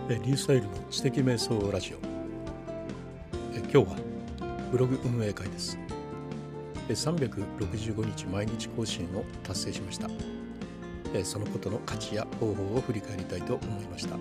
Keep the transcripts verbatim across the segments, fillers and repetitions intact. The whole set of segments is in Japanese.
えリュースタイルの知的瞑想ラジオ。え今日はブログ運営会です。えさんびゃくろくじゅうごにち毎日更新を達成しました。えそのことの価値や方法を振り返りたいと思いました。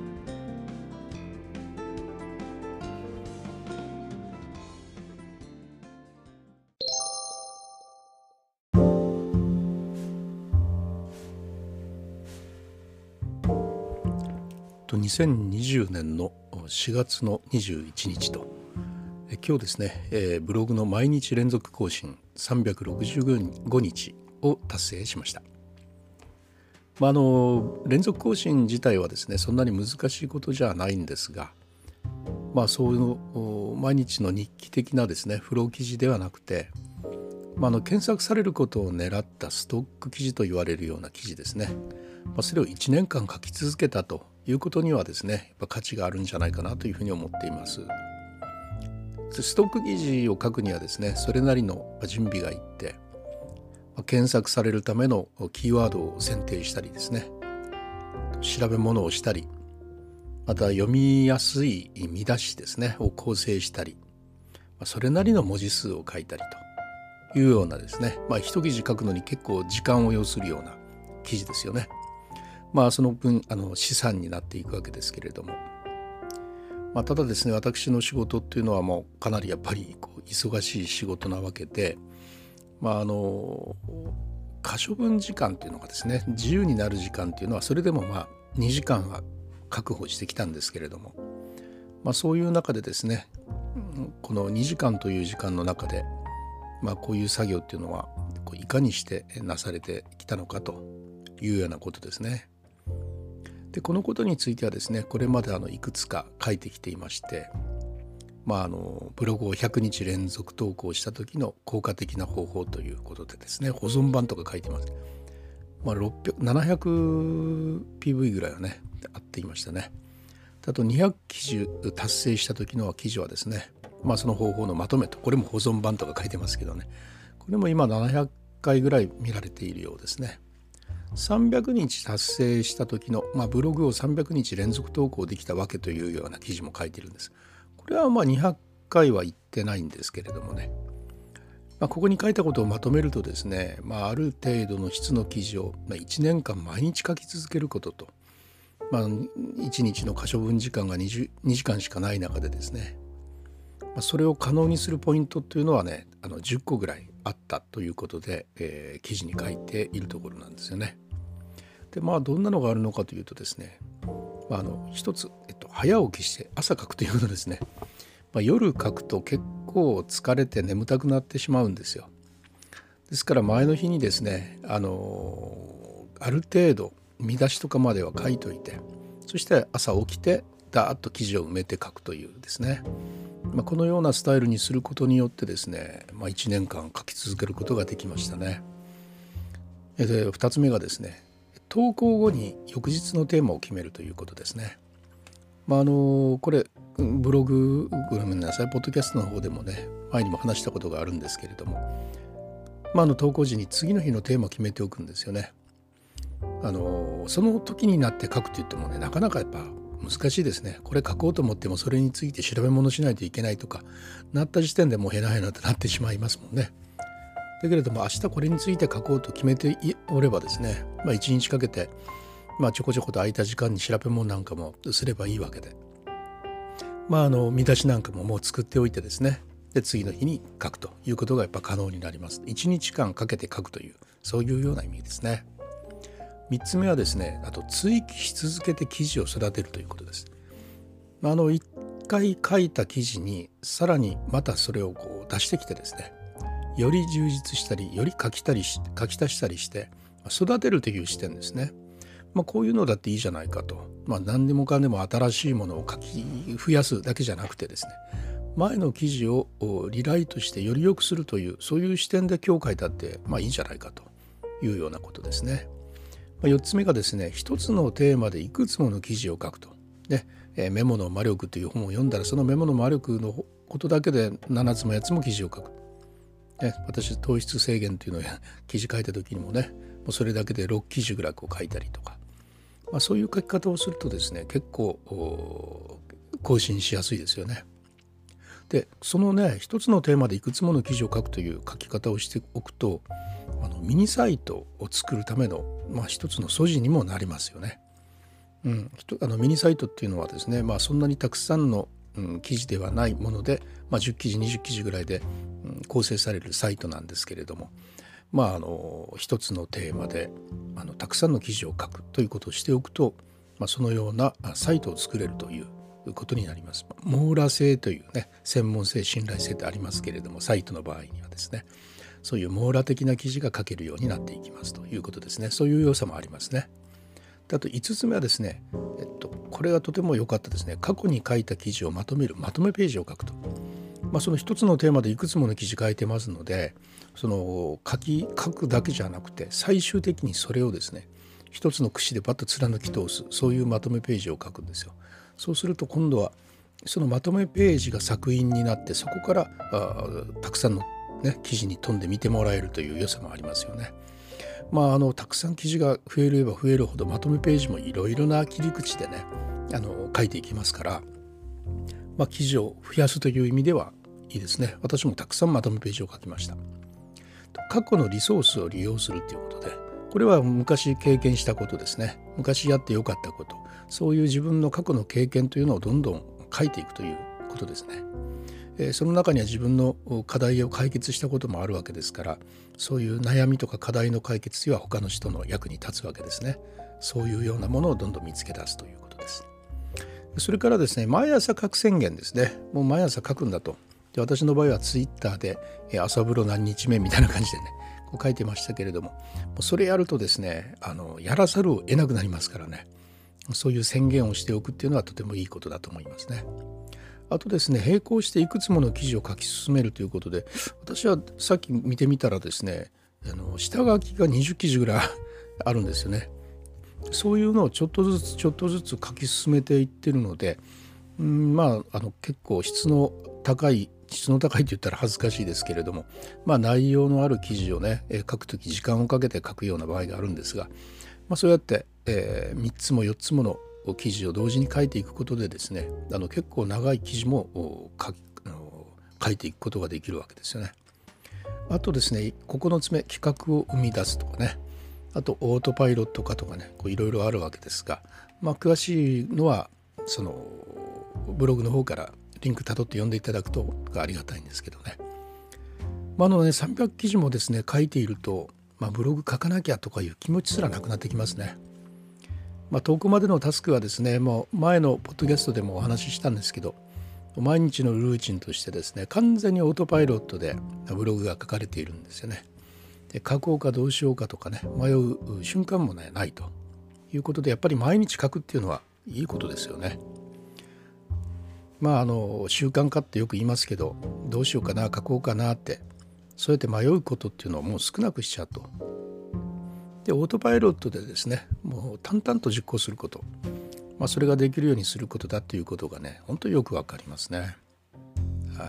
とにせんにじゅうねんのしがつのにじゅういちにちと、え今日ですね、えーブログの毎日連続更新さんびゃくろくじゅうごにちを達成しました。まあ、あの連続更新自体はですねそんなに難しいことじゃないんですが、まあそういうお毎日の日記的なですねフロー記事ではなくて、まあ、あの検索されることを狙ったストック記事と言われるような記事ですね、まあ、それをいちねんかん書き続けたということにはですねやっぱ価値があるんじゃないかなというふうに思っています。ストック記事を書くにはですねそれなりの準備がいって、検索されるためのキーワードを選定したりですね、調べ物をしたり、また読みやすい見出しですねを構成したり、それなりの文字数を書いたりというようなですね、まあ一記事書くのに結構時間を要するような記事ですよね。まあその分あの資産になっていくわけですけれども、まあ、ただですね私の仕事っていうのはもうかなりやっぱりこう忙しい仕事なわけで、まああの可処分時間っていうのがですね自由になる時間っていうのはそれでもまあにじかんは確保してきたんですけれども、まあ、そういう中でですねこのにじかんという時間の中で、まあ、こういう作業っていうのはこういかにしてなされてきたのかというようなことですね。でこのことについてはですねこれまであのいくつか書いてきていまして、まあ、あのブログをひゃくにち連続投稿した時の効果的な方法ということでですね保存版とか書いてます。まあ、ろっぴゃく、ななひゃくピーブイ ぐらいはねあっていましたね。あとにひゃく記事達成した時の記事はですね、まあ、その方法のまとめと、これも保存版とか書いてますけどね、これも今ななひゃっかいぐらい見られているようですね。さんびゃくにち達成した時の、まあ、ブログをさんびゃくにち連続投稿できたわけというような記事も書いてるんです。これはまあにひゃっかいは言ってないんですけれどもね、まあ、ここに書いたことをまとめるとですね、まあ、ある程度の質の記事をいちねんかん毎日書き続けることと、まあ、いちにちの可処分時間がにじゅうにじかんしかない中でですね、まあ、それを可能にするポイントというのはねあのじゅっこぐらいあったということで、えー記事に書いているところなんですよね。でまあどんなのがあるのかというとですね、まあ、あの一つ、えっと、早起きして朝書くということですね。まあ、夜書くと結構疲れて眠たくなってしまうんですよ。ですから前の日にですねあのある程度見出しとかまでは書いといて、そして朝起きてダーッと記事を埋めて書くというですね、まあ、このようなスタイルにすることによってですね、まあ、いちねんかん書き続けることができましたね。でふたつめがですね投稿後に翌日のテーマを決めるということですね。まあ、あのこれブログごめんなさいポッドキャストの方でもね前にも話したことがあるんですけれども、まあ、あの投稿時に次の日のテーマを決めておくんですよね。あのその時になって書くといってもねなかなかやっぱ難しいですね。これ書こうと思ってもそれについて調べ物しないといけないとかなった時点でもうへなへなってなってしまいますもんね。だけれども明日これについて書こうと決めておればですね、まあ、いちにちかけて、まあ、ちょこちょこと空いた時間に調べ物なんかもすればいいわけで、まあ、あの見出しなんかももう作っておいてですね、で次の日に書くということがやっぱ可能になります。いちにちかんかけて書くというそういうような意味ですね。みっつめはですねあと追記し続けて記事を育てるということです。あのいっかい書いた記事にさらにまたそれをこう出してきてですね、より充実したりより書きたりし書き足したりして育てるという視点ですね。まあ、こういうのだっていいじゃないかと、まあ、何でもかんでも新しいものを書き増やすだけじゃなくてですね、前の記事をリライトしてより良くするというそういう視点で今日書いたってまあいいんじゃないかというようなことですね。まあ、よっつめがですね一つのテーマでいくつもの記事を書くと。で、えーメモの魔力という本を読んだらそのメモの魔力のことだけでななつもやっつも記事を書く。ね、私糖質制限というのを記事書いた時にもねもうそれだけでろくきじゅぐらいこう書いたりとか、 まあ、そういう書き方をするとですね、結構更新しやすいですよね。でそのね一つのテーマでいくつもの記事を書くという書き方をしておくと、あのミニサイトを作るための、まあ、一つの素地にもなりますよね。うん、あのミニサイトっていうのはですね、まあ、そんなにたくさんの、うん、記事ではないもので、まあ、じゅっきじにじゅっきじぐらいで、うん、構成されるサイトなんですけれども、まあ、あの一つのテーマであのたくさんの記事を書くということをしておくと、まあ、そのようなサイトを作れるということになります。網羅性というね、専門性信頼性ってありますけれども、サイトの場合にはですね、そういう網羅的な記事が書けるようになっていきますということですね。そういう良さもありますね。あといつつめはですね、えっと、これがとても良かったですね。過去に書いた記事をまとめるまとめページを書くと。まあ、その一つのテーマでいくつもの記事書いてますので、その書き書くだけじゃなくて最終的にそれをですね、一つの串でバッと貫き通す、そういうまとめページを書くんですよ。そうすると今度はそのまとめページが作品になって、そこからあたくさんの、ね、記事に飛んで見てもらえるという良さもありますよね。まあ、あのたくさん記事が増えれば増えるほどまとめページもいろいろな切り口でね、あの書いていきますから、まあ、記事を増やすという意味ではいいですね。私もたくさんまとめページを書きました。過去のリソースを利用するということで、これは昔経験したことですね。昔やってよかったこと、そういう自分の過去の経験というのをどんどん書いていくということですね。その中には自分の課題を解決したこともあるわけですから、そういう悩みとか課題の解決には他の人の役に立つわけですね。そういうようなものをどんどん見つけ出すということです。それからですね、毎朝書く宣言ですね。もう毎朝書くんだと。で、私の場合はツイッターで朝風呂何日目みたいな感じでね、こう書いてましたけれども、もうそれやるとですね、あのやらざるを得なくなりますからね。そういう宣言をしておくっていうのはとてもいいことだと思いますね。あとですね、並行していくつもの記事を書き進めるということで、私はさっき見てみたらですね、あの下書きがにじゅっきじぐらいあるんですよね。そういうのをちょっとずつちょっとずつ書き進めていってるので、うん、まあ、あの結構質の高い質の高いと言ったら恥ずかしいですけれども、まあ、内容のある記事をね書くとき時間をかけて書くような場合があるんですが、まあ、そうやって、えー、みっつもよっつもの記事を同時に書いていくことでですね、あの結構長い記事も書きあの書いていくことができるわけですよね。あとですね、ここのつめ、企画を生み出すとかね、あとオートパイロット化とかね、いろいろあるわけですが、まあ、詳しいのはそのブログの方からリンクたどって読んでいただくとありがたいんですけどね。まあ、あのねさんびゃく記事もですね書いていると、まあ、ブログ書かなきゃとかいう気持ちすらなくなってきますね。まあ、遠くまでのタスクはですね、もう前のポッドキャストでもお話ししたんですけど、毎日のルーチンとしてですね、完全にオートパイロットでブログが書かれているんですよね。で、書こうかどうしようかとかね、迷う瞬間も、ね、ないということで、やっぱり毎日書くっていうのはいいことですよね。まああの習慣化ってよく言いますけど、どうしようかな、書こうかなって、そうやって迷うことっていうのをもう少なくしちゃうと。で、オートパイロットでですね、もう淡々と実行すること、まあ、それができるようにすることだということがね、本当によくわかりますね。はい。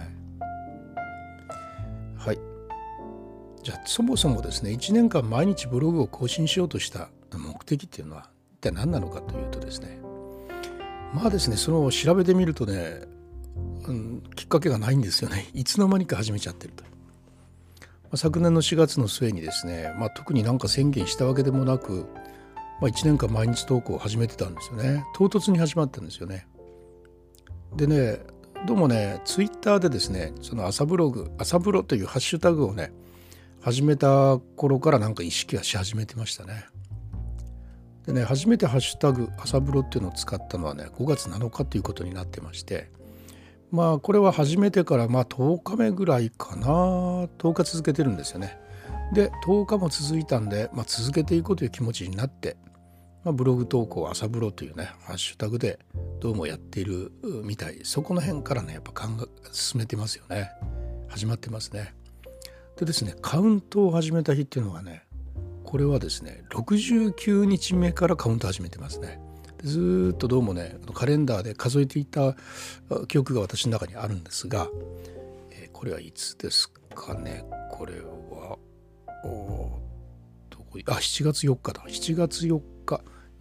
はい。じゃあそもそもですね、いちねんかん毎日ブログを更新しようとした目的っていうのは一体何なのかというとですね、まあですね、その調べてみるとね、うん、きっかけがないんですよね。いつの間にか始めちゃってると。昨年のしがつの末にですね、まあ、特になんか宣言したわけでもなく、まあ、いちねんかん毎日投稿を始めてたんですよね。唐突に始まったんですよね。でね、どうもね、ツイッターでですね、その朝ブログ、朝ブロというハッシュタグをね、始めた頃からなんか意識はし始めてましたね。でね、初めてハッシュタグ朝ブロっていうのを使ったのはね、ごがつなのかということになってまして、まあこれは始めてからまあとおかめぐらいかな、とおか続けてるんですよね。で、とおかも続いたんで、まあ、続けていこうという気持ちになって、まあ、ブログ投稿朝ブロというねハッシュタグでどうもやっているみたい。そこの辺からねやっぱ考え進めてますよね。始まってますね。でですね、カウントを始めた日っていうのがね、これはですねろくじゅうきゅうにちめからカウント始めてますね。ずっとどうもねカレンダーで数えていた記憶が私の中にあるんですが、えー、これはいつですかね。これはおどこあしちがつよっかだしちがつよっかに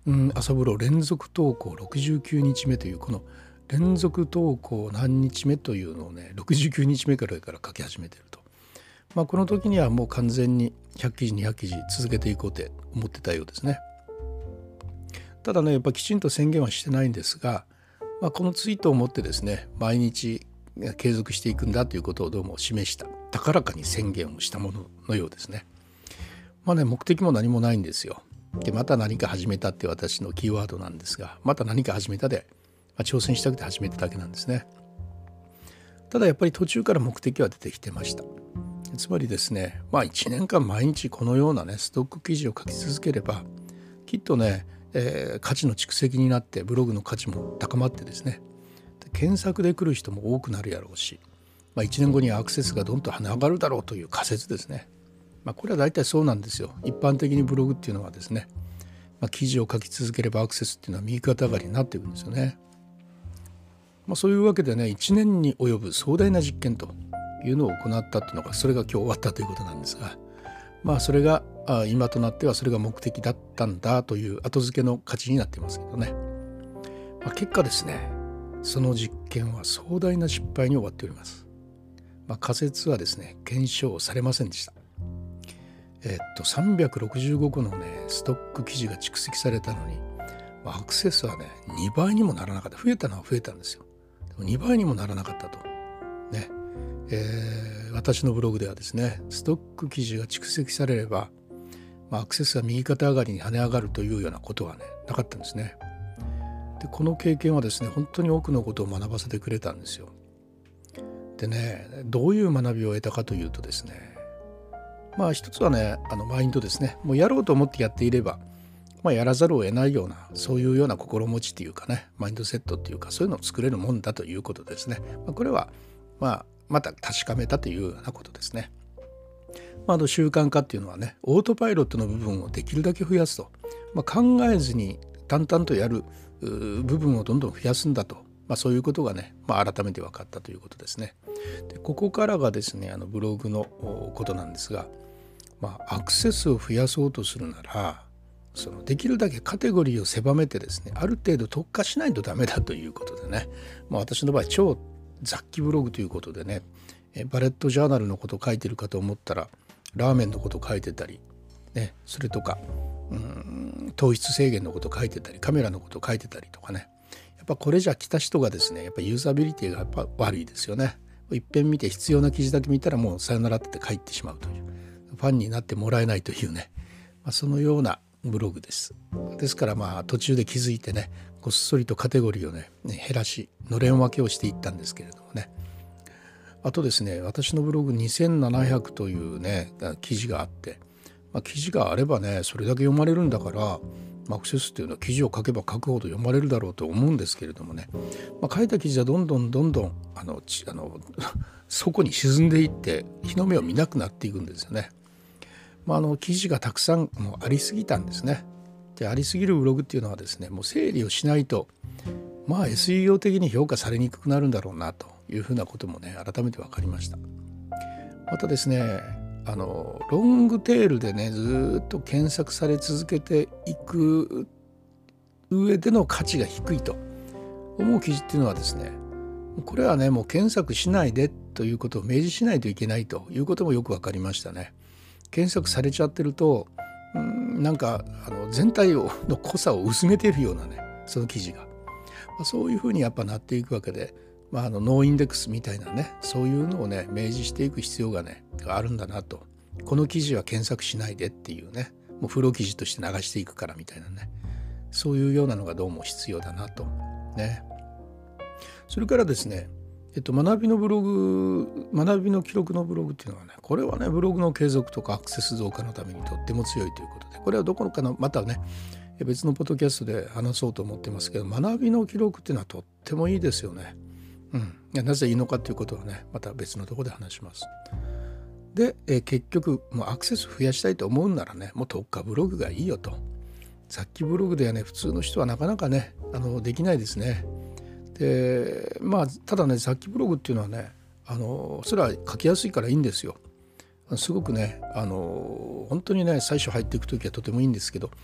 うん、朝風呂連続投稿ろくじゅうきゅうにちめという、この連続投稿何日目というのをね、ろくじゅうきゅうにちめからから書き始めていると。まあ、この時にはもう完全にひゃくきじにひゃくきじ続けていこうって思ってたようですね。ただね、やっぱきちんと宣言はしてないんですが、まあ、このツイートをもってですね、毎日継続していくんだということをどうも示した、高らかに宣言をしたもののようですね。まあね、目的も何もないんですよ。で、また何か始めたって私のキーワードなんですが、また何か始めたで、まあ、挑戦したくて始めただけなんですね。ただやっぱり途中から目的は出てきてました。つまりですね、まあいちねんかん毎日このようなねストック記事を書き続ければ、きっとね、えー、価値の蓄積になってブログの価値も高まってですね、検索で来る人も多くなるやろうし、まあ、いちねんごにはアクセスがどんと跳ね上がるだろうという仮説ですね。まあ、これは大体そうなんですよ。一般的にブログっていうのはですね、まあ、記事を書き続ければアクセスっていうのは右肩上がりになっていくんですよね。まあ、そういうわけでね、いちねんに及ぶ壮大な実験というのを行ったっていうのが、それが今日終わったということなんですが、まあそれが今となってはそれが目的だったんだという後付けの価値になっていますけどね。まあ、結果ですね、その実験は壮大な失敗に終わっております。まあ、仮説はですね、検証されませんでした。えっとさんびゃくろくじゅうごこのねストック記事が蓄積されたのに、まあ、アクセスはねにばいにもならなかった。増えたのは増えたんですよ。でもにばいにもならなかったとね。えー、私のブログではですね、ストック記事が蓄積されれば、まあ、アクセスが右肩上がりに跳ね上がるというようなことはねなかったんですね。でこの経験はですね、本当に多くのことを学ばせてくれたんですよ。でね、どういう学びを得たかというとですね、まあ一つはね、あのマインドですね。もうやろうと思ってやっていれば、まあ、やらざるを得ないような、そういうような心持ちというかね、マインドセットというか、そういうのを作れるもんだということですね。まあ、これはまあまた確かめたというようなことですね。まあ、あの習慣化っていうのはね、オートパイロットの部分をできるだけ増やすと、まあ、考えずに淡々とやる部分をどんどん増やすんだと、まあ、そういうことがね、まあ、改めて分かったということですね。でここからがですね、あのブログのことなんですが、まあ、アクセスを増やそうとするなら、そのできるだけカテゴリーを狭めてですね、ある程度特化しないとダメだということでね、まあ、私の場合超雑記ブログということでね、バレットジャーナルのことを書いてるかと思ったらラーメンのことを書いてたり、ね、それとかうーん糖質制限のことを書いてたり、カメラのことを書いてたりとかね、やっぱこれじゃ来た人がですね、やっぱユーザビリティがやっぱ悪いですよね。いっぺん見て必要な記事だけ見たらもうさよならって帰ってしまうという、ファンになってもらえないというね、まあ、そのようなブログです。ですからまあ途中で気づいてね、こっそりとカテゴリーをね減らし、のれん分けをしていったんですけれどもね。あとですね、私のブログにせんななひゃくというね記事があって、まあ、記事があればねそれだけ読まれるんだから、アクセスっていうのは記事を書けば書くほど読まれるだろうと思うんですけれどもね、まあ、書いた記事はどんどんどんどんあのあの底に沈んでいって日の目を見なくなっていくんですよね。まあ、あの記事がたくさんもうありすぎたんですね。でありすぎるブログっていうのはですね、もう整理をしないとまあ エスイーオー 的に評価されにくくなるんだろうなというふうなこともね改めて分かりました。またですね、あのロングテールでねずっと検索され続けていく上での価値が低いと思う記事っていうのはですね、これはねもう検索しないでということを明示しないといけないということもよく分かりましたね。検索されちゃってるとうんなんかあの全体をの濃さを薄めているようなね、その記事が、まあ、そういうふうにやっぱなっていくわけで、まあ、あのノーインデックスみたいなね、そういうのをね明示していく必要がねあるんだなと。この記事は検索しないでっていうね、もうフロー記事として流していくからみたいなね、そういうようなのがどうも必要だなとね。それからですね、えっと、学びのブログ、学びの記録のブログっていうのはね、これはね、ブログの継続とかアクセス増加のためにとっても強いということで、これはどこかの、またね、別のポッドキャストで話そうと思ってますけど、学びの記録っていうのはとってもいいですよね。うん。いやなぜいいのかということはね、また別のところで話します。で、え結局、もうアクセス増やしたいと思うならね、もう特化ブログがいいよと。雑記ブログではね、普通の人はなかなかね、あのできないですね。でまあただね、雑記ブログっていうのはね、あのそれは書きやすいからいいんですよ。すごくね、あの本当にね最初入っていく時はとてもいいんですけど、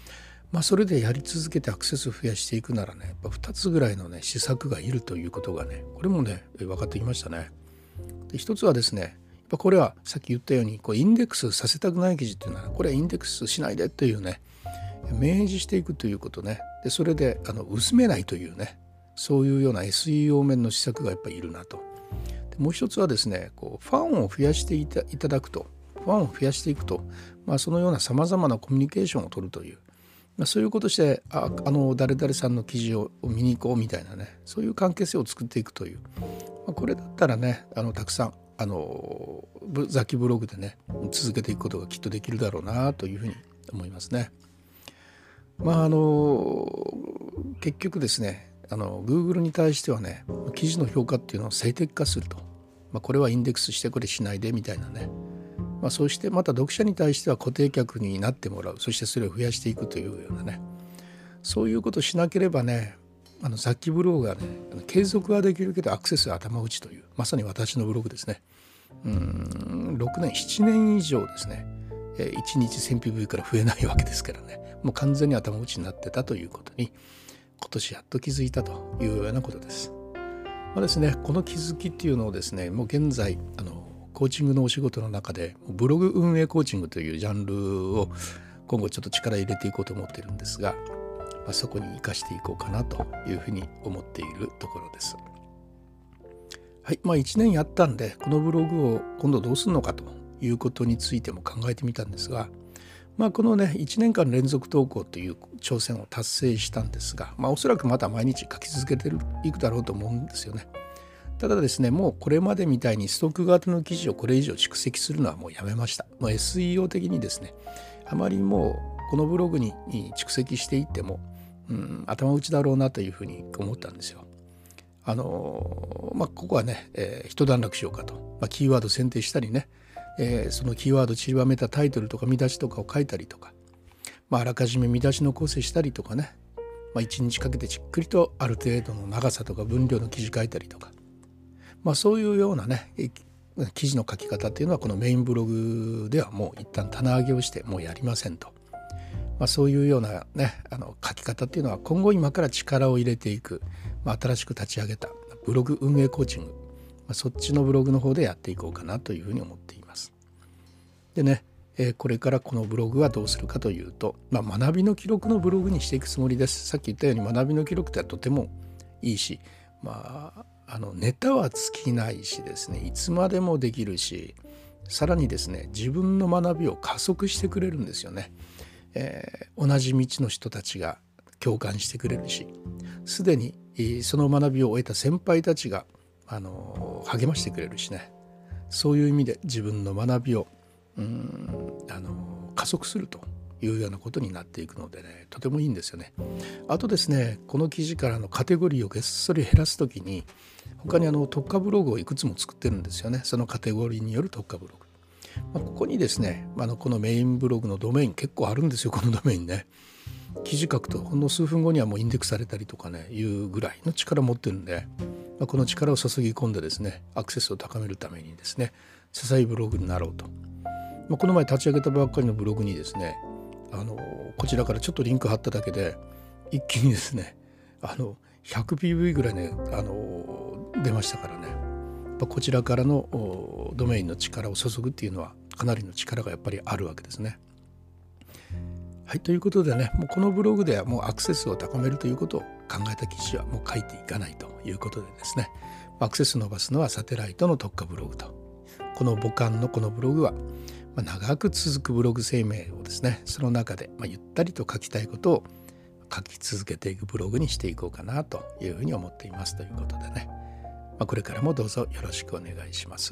まあそれでやり続けてアクセスを増やしていくならね、やっぱふたつぐらいのね施策がいるということがね、これもね分かってきましたね。で一つはですね、やっぱこれはさっき言ったようにこうインデックスさせたくない記事っていうのは、これはインデックスしないでというね、明示していくということね。でそれであの薄めないというね、そういうような エスイーオー 面の施策がやっぱりいるなと。でもう一つはですね、こうファンを増やしていた、いただくと、ファンを増やしていくと、まあ、そのようなさまざまなコミュニケーションを取るという、まあ、そういうことして、ああの誰々さんの記事を見に行こうみたいなね、そういう関係性を作っていくという、まあ、これだったらね、あのたくさんあの雑記ブログでね続けていくことがきっとできるだろうなというふうに思いますね。まああの結局ですね、あの Google に対してはね、記事の評価っていうのを最適化すると、まあ、これはインデックスしてこれしないでみたいなね、まあ、そしてまた読者に対しては固定客になってもらう、そしてそれを増やしていくというようなね、そういうことをしなければね、あの雑記ブログがね継続はできるけどアクセスは頭打ちという、まさに私のブログですね。うーんろくねんななねん以上ですね、いちにち せんピーブイ から増えないわけですからね、もう完全に頭打ちになってたということに今年やっと気づいたというようなことです。まあですね、この気づきっていうのをですね、もう現在あのコーチングのお仕事の中でブログ運営コーチングというジャンルを今後ちょっと力入れていこうと思っているんですが、まあ、そこに生かしていこうかなというふうに思っているところです。はい、まあいちねんやったんで、このブログを今度どうするのかということについても考えてみたんですが、まあこのねいちねんかん連続投稿という挑戦を達成したんですが、まあおそらくまた毎日書き続けていくだろうと思うんですよね。ただですね、もうこれまでみたいにストック型の記事をこれ以上蓄積するのはもうやめました。もう エスイーオー 的にですね、あまりもうこのブログに蓄積していっても、うん、頭打ちだろうなというふうに思ったんですよ。あのまあここはね、えー、一段落しようかと、まあ、キーワード選定したりね、えー、そのキーワード散りばめたタイトルとか見出しとかを書いたりとか、まあ、あらかじめ見出しの構成したりとかね、まあ、いちにちかけてじっくりとある程度の長さとか分量の記事書いたりとか、まあ、そういうようなね記事の書き方っていうのはこのメインブログではもう一旦棚上げをしてもうやりませんと、まあ、そういうようなねあの書き方っていうのは今後今から力を入れていく、まあ、新しく立ち上げたブログ運営コーチング、まあ、そっちのブログの方でやっていこうかなというふうに思っています。でね、えー、これからこのブログはどうするかというと、まあ、学びの記録のブログにしていくつもりです。さっき言ったように学びの記録ってとてもいいし、まああのネタは尽きないしですね、いつまでもできるし、さらにですね自分の学びを加速してくれるんですよね。えー、同じ道の人たちが共感してくれるし、すでにその学びを終えた先輩たちがあの励ましてくれるしね、そういう意味で自分の学びをうーんあの加速するというようなことになっていくのでね、とてもいいんですよね。あとですね、この記事からのカテゴリーをげっそり減らすときに他にあの特化ブログをいくつも作ってるんですよね。そのカテゴリーによる特化ブログ、まあ、ここにですね、あのこのメインブログのドメイン結構あるんですよ。このドメインね、記事書くとほんの数分後にはもうインデックスされたりとかねいうぐらいの力を持ってるんで、まあ、この力を注ぎ込んでですねアクセスを高めるためにですね支えブログになろうと、まあ、この前立ち上げたばっかりのブログにですね、あのこちらからちょっとリンク貼っただけで一気にですねあの ひゃくピーブイ ぐらいねあの出ましたからね、こちらからのドメインの力を注ぐっていうのはかなりの力がやっぱりあるわけですね。はい、ということでね、もうこのブログではもうアクセスを高めるということを考えた記事はもう書いていかないということでですね、アクセス伸ばすのはサテライトの特化ブログと、この母艦のこのブログは長く続くブログ生命をですね、その中でゆったりと書きたいことを書き続けていくブログにしていこうかなというふうに思っていますということでね、まあ、これからもどうぞよろしくお願いします。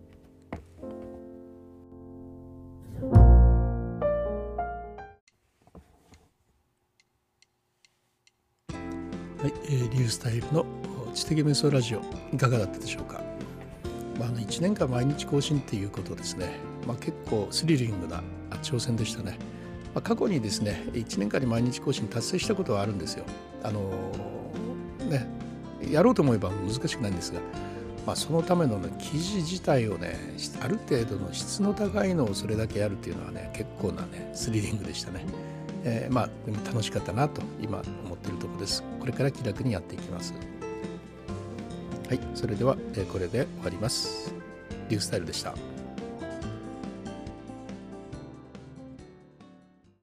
はい、えー、リュースタイルの知的瞑想ラジオいかがだったでしょうか。まあ、あのいちねんかん毎日更新っていうことですね、まあ、結構スリリングな挑戦でしたね。まあ、過去にですねいちねんかんに毎日更新達成したことはあるんですよ。あのー、ねやろうと思えば難しくないんですが、まあ、そのための、ね、記事自体をねある程度の質の高いのをそれだけやるっていうのはね結構なねスリリングでしたね。 えー、まあでも楽しかったなと今思っているところです。これから気楽にやっていきます。はい、それでは、えー、これで終わります。リュースタイルでした。